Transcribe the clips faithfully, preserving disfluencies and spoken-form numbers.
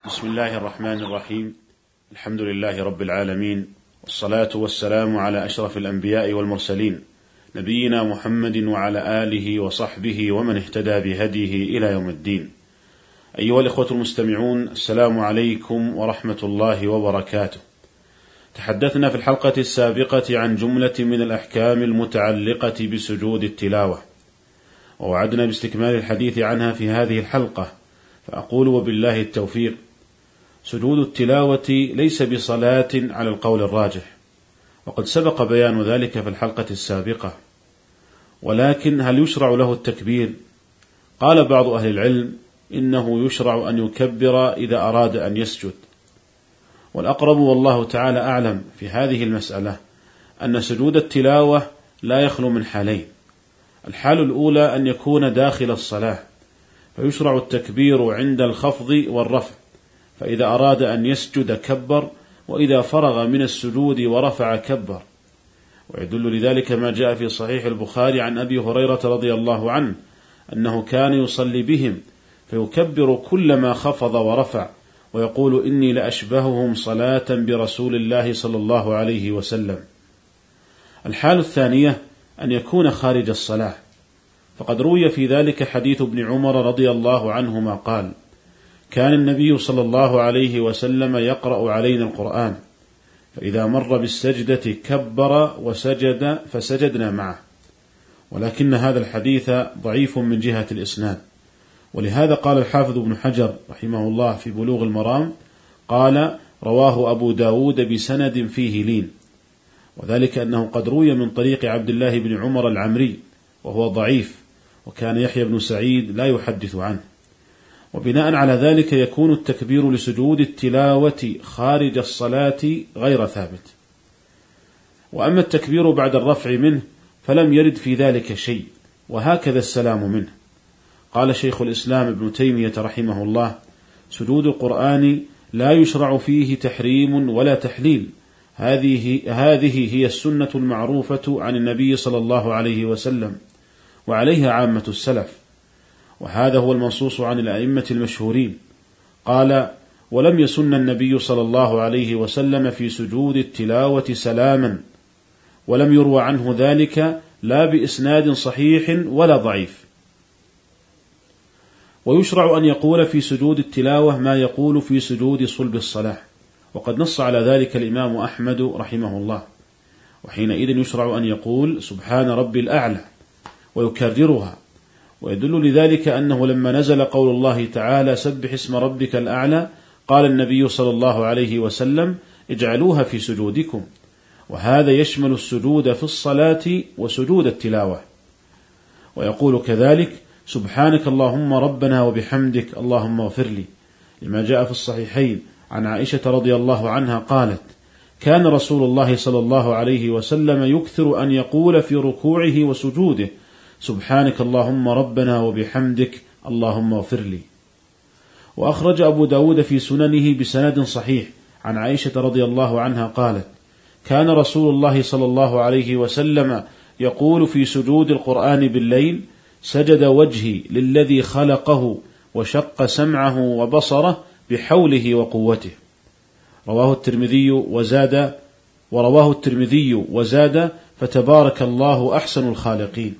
بسم الله الرحمن الرحيم. الحمد لله رب العالمين، والصلاة والسلام على أشرف الأنبياء والمرسلين، نبينا محمد وعلى آله وصحبه ومن اهتدى بهديه إلى يوم الدين. أيها الإخوة المستمعون، السلام عليكم ورحمة الله وبركاته. تحدثنا في الحلقة السابقة عن جملة من الأحكام المتعلقة بسجود التلاوة، ووعدنا باستكمال الحديث عنها في هذه الحلقة، فأقول وبالله التوفيق: سجود التلاوة ليس بصلاة على القول الراجح، وقد سبق بيان ذلك في الحلقة السابقة. ولكن هل يشرع له التكبير؟ قال بعض أهل العلم إنه يشرع أن يكبر إذا أراد أن يسجد، والأقرب والله تعالى أعلم في هذه المسألة أن سجود التلاوة لا يخلو من حالين. الحال الأولى أن يكون داخل الصلاة، فيشرع التكبير عند الخفض والرفع، فإذا أراد أن يسجد كبر، وإذا فرغ من السجود ورفع كبر. ويدل لذلك ما جاء في صحيح البخاري عن أبي هريرة رضي الله عنه أنه كان يصلي بهم فيكبر كلما خفض ورفع، ويقول: إني لأشبههم صلاة برسول الله صلى الله عليه وسلم. الحال الثانية أن يكون خارج الصلاة، فقد روي في ذلك حديث ابن عمر رضي الله عنهما قال: كان النبي صلى الله عليه وسلم يقرأ علينا القرآن، فإذا مر بالسجدة كبر وسجد فسجدنا معه. ولكن هذا الحديث ضعيف من جهة الإسناد، ولهذا قال الحافظ ابن حجر رحمه الله في بلوغ المرام قال: رواه أبو داود بسند فيه لين، وذلك أنه قد روي من طريق عبد الله بن عمر العمري وهو ضعيف، وكان يحيى بن سعيد لا يحدث عنه. وبناء على ذلك يكون التكبير لسجود التلاوة خارج الصلاة غير ثابت. وأما التكبير بعد الرفع منه فلم يرد في ذلك شيء، وهكذا السلام منه. قال شيخ الإسلام ابن تيمية رحمه الله: سجود القرآن لا يشرع فيه تحريم ولا تحليل، هذه هذه هي السنة المعروفة عن النبي صلى الله عليه وسلم، وعليها عامة السلف، وهذا هو المنصوص عن الأئمة المشهورين. قال: ولم يسن النبي صلى الله عليه وسلم في سجود التلاوة سلاما، ولم يروى عنه ذلك لا بإسناد صحيح ولا ضعيف. ويشرع أن يقول في سجود التلاوة ما يقول في سجود صلب الصلاة، وقد نص على ذلك الإمام أحمد رحمه الله. وحينئذ يشرع أن يقول: سبحان ربي الأعلى، ويكررها. ويدل لذلك أنه لما نزل قول الله تعالى: سبح اسم ربك الأعلى، قال النبي صلى الله عليه وسلم: اجعلوها في سجودكم. وهذا يشمل السجود في الصلاة وسجود التلاوة. ويقول كذلك: سبحانك اللهم ربنا وبحمدك اللهم اغفر لي، لما جاء في الصحيحين عن عائشة رضي الله عنها قالت: كان رسول الله صلى الله عليه وسلم يكثر أن يقول في ركوعه وسجوده: سبحانك اللهم ربنا وبحمدك اللهم اغفر لي. وأخرج أبو داود في سننه بسند صحيح عن عائشة رضي الله عنها قالت: كان رسول الله صلى الله عليه وسلم يقول في سجود القرآن بالليل: سجد وجهي للذي خلقه وشق سمعه وبصره بحوله وقوته. رواه الترمذي وزاد ورواه الترمذي وزاد فتبارك الله أحسن الخالقين.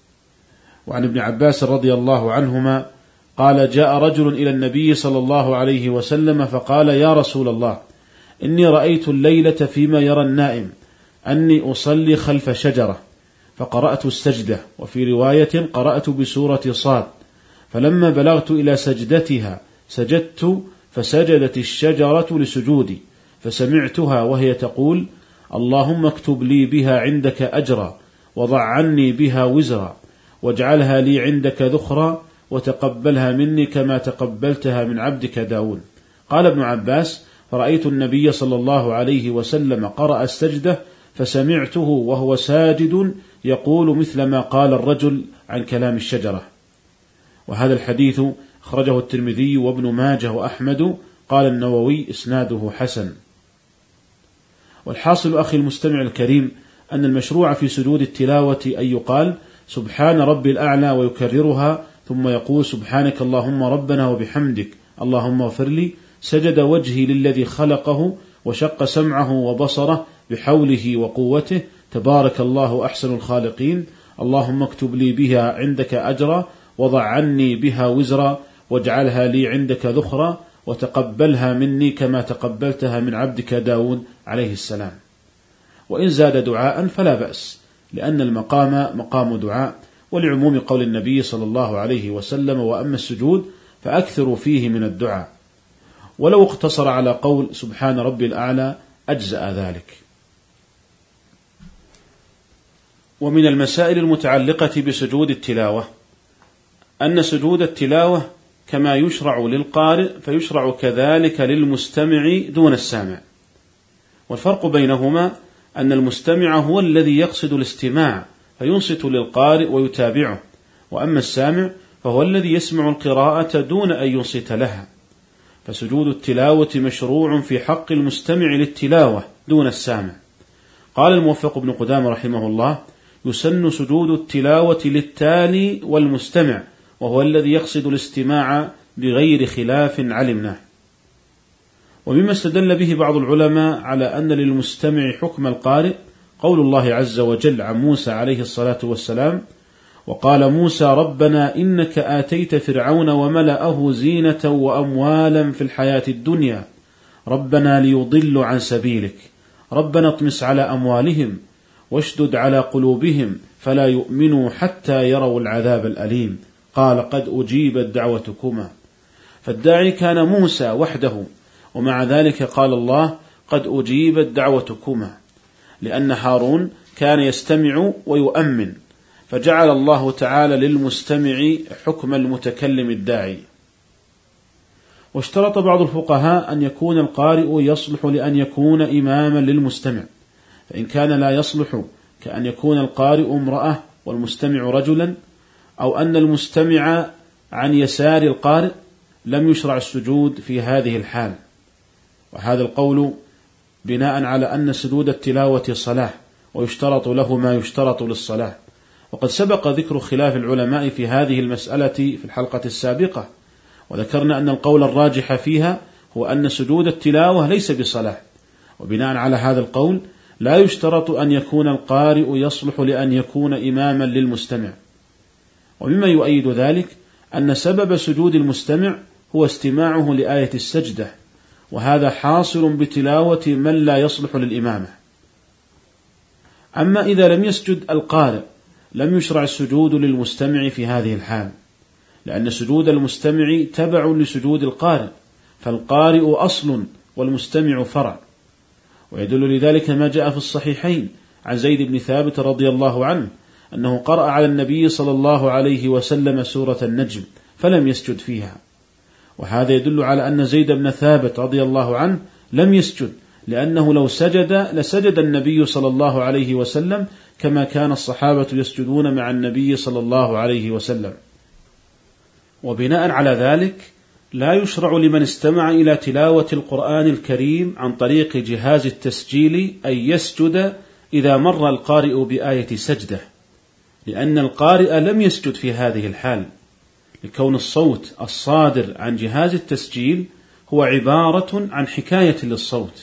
وعن ابن عباس رضي الله عنهما قال: جاء رجل إلى النبي صلى الله عليه وسلم فقال: يا رسول الله، إني رأيت الليلة فيما يرى النائم أني أصلي خلف شجرة، فقرأت السجدة، وفي رواية قرأت بسورة صاد، فلما بلغت إلى سجدتها سجدت، فسجدت الشجرة لسجودي، فسمعتها وهي تقول: اللهم اكتب لي بها عندك أجرا، وضع عني بها وزرا، واجعلها لي عندك ذخرا، وتقبلها مني كما تقبلتها من عبدك داود. قال ابن عباس: فرأيت النبي صلى الله عليه وسلم قرأ السجدة، فسمعته وهو ساجد يقول مثل ما قال الرجل عن كلام الشجرة. وهذا الحديث أخرجه الترمذي وابن ماجه وأحمد. قال النووي: إسناده حسن. والحاصل أخي المستمع الكريم أن المشروع في سجود التلاوة أن يقال: سبحان ربي الأعلى، ويكررها، ثم يقول: سبحانك اللهم ربنا وبحمدك اللهم اغفر لي، سجد وجهي للذي خلقه وشق سمعه وبصره بحوله وقوته، تبارك الله أحسن الخالقين، اللهم اكتب لي بها عندك أجرا، وضع عني بها وزرا، واجعلها لي عندك ذخرا، وتقبلها مني كما تقبلتها من عبدك داود عليه السلام. وإن زاد دعاء فلا بأس، لأن المقام مقام دعاء، ولعموم قول النبي صلى الله عليه وسلم: وأما السجود فأكثروا فيه من الدعاء. ولو اقتصر على قول سبحان ربي الأعلى أجزأ ذلك. ومن المسائل المتعلقة بسجود التلاوة أن سجود التلاوة كما يشرع للقارئ فيشرع كذلك للمستمع دون السامع، والفرق بينهما أن المستمع هو الذي يقصد الاستماع فينصت للقارئ ويتابعه، وأما السامع فهو الذي يسمع القراءة دون أن ينصت لها. فسجود التلاوة مشروع في حق المستمع للتلاوة دون السامع. قال الموفق بن قدامة رحمه الله: يسن سجود التلاوة للتالي والمستمع، وهو الذي يقصد الاستماع بغير خلاف علمناه. ومما استدل به بعض العلماء على أن للمستمع حكم القارئ قول الله عز وجل عن موسى عليه الصلاة والسلام: وقال موسى ربنا إنك آتيت فرعون وملأه زينة وأموالا في الحياة الدنيا ربنا ليضلوا عن سبيلك ربنا اطمس على أموالهم واشدد على قلوبهم فلا يؤمنوا حتى يروا العذاب الأليم قال قد أجيبت دعوتكما. فالداعي كان موسى وحده، ومع ذلك قال الله قد أجيبت دعوتكما، لأن هارون كان يستمع ويؤمن، فجعل الله تعالى للمستمع حكم المتكلم الداعي. واشترط بعض الفقهاء أن يكون القارئ يصلح لأن يكون إماما للمستمع، فإن كان لا يصلح كأن يكون القارئ امرأة والمستمع رجلا، أو أن المستمع عن يسار القارئ، لم يشرع السجود في هذه الحال. وهذا القول بناء على أن سجود التلاوة صلاة، ويشترط له ما يشترط للصلاة. وقد سبق ذكر خلاف العلماء في هذه المسألة في الحلقة السابقة، وذكرنا أن القول الراجح فيها هو أن سجود التلاوة ليس بصلاة، وبناء على هذا القول لا يشترط أن يكون القارئ يصلح لأن يكون إماما للمستمع. ومما يؤيد ذلك أن سبب سجود المستمع هو استماعه لآية السجدة، وهذا حاصل بتلاوة من لا يصلح للإمامة. أما إذا لم يسجد القارئ لم يشرع السجود للمستمع في هذه الحال، لأن سجود المستمع تبع لسجود القارئ، فالقارئ أصل والمستمع فرع. ويدل لذلك ما جاء في الصحيحين عن زيد بن ثابت رضي الله عنه أنه قرأ على النبي صلى الله عليه وسلم سورة النجم فلم يسجد فيها، وهذا يدل على أن زيد بن ثابت رضي الله عنه لم يسجد، لأنه لو سجد لسجد النبي صلى الله عليه وسلم كما كان الصحابة يسجدون مع النبي صلى الله عليه وسلم. وبناء على ذلك لا يشرع لمن استمع إلى تلاوة القرآن الكريم عن طريق جهاز التسجيل أن يسجد إذا مر القارئ بآية سجدة، لأن القارئ لم يسجد في هذه الحال، لكون الصوت الصادر عن جهاز التسجيل هو عبارة عن حكاية للصوت.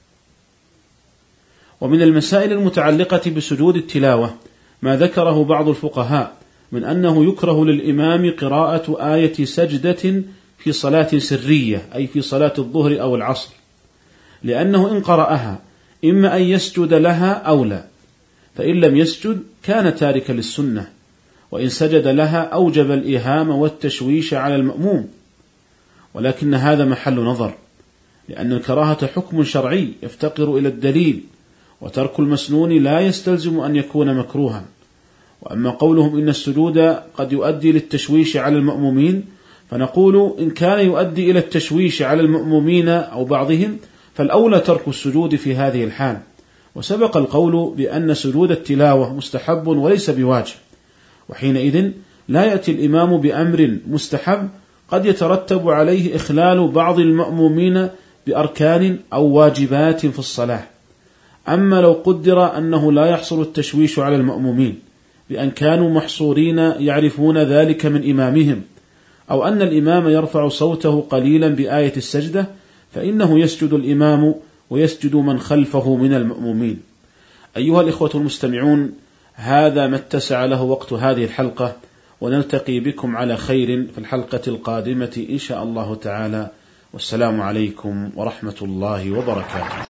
ومن المسائل المتعلقة بسجود التلاوة ما ذكره بعض الفقهاء من أنه يكره للإمام قراءة آية سجدة في صلاة سرية، أي في صلاة الظهر أو العصر، لأنه إن قرأها إما أن يسجد لها أو لا، فإن لم يسجد كان تاركا للسنة، وإن سجد لها أوجب الإيهام والتشويش على المأموم. ولكن هذا محل نظر، لأن الكراهة حكم شرعي يفتقر إلى الدليل، وترك المسنون لا يستلزم أن يكون مكروها. وأما قولهم إن السجود قد يؤدي للتشويش على المأمومين، فنقول إن كان يؤدي إلى التشويش على المأمومين أو بعضهم فالأولى ترك السجود في هذه الحال. وسبق القول بأن سجود التلاوة مستحب وليس بواجب، وحينئذ لا يأتي الإمام بأمر مستحب قد يترتب عليه إخلال بعض المأمومين بأركان أو واجبات في الصلاة. أما لو قدر أنه لا يحصل التشويش على المأمومين بأن كانوا محصورين يعرفون ذلك من إمامهم، أو أن الإمام يرفع صوته قليلا بآية السجدة، فإنه يسجد الإمام ويسجد من خلفه من المأمومين. أيها الإخوة المستمعون، هذا ما اتسع له وقت هذه الحلقة، ونلتقي بكم على خير في الحلقة القادمة إن شاء الله تعالى، والسلام عليكم ورحمة الله وبركاته.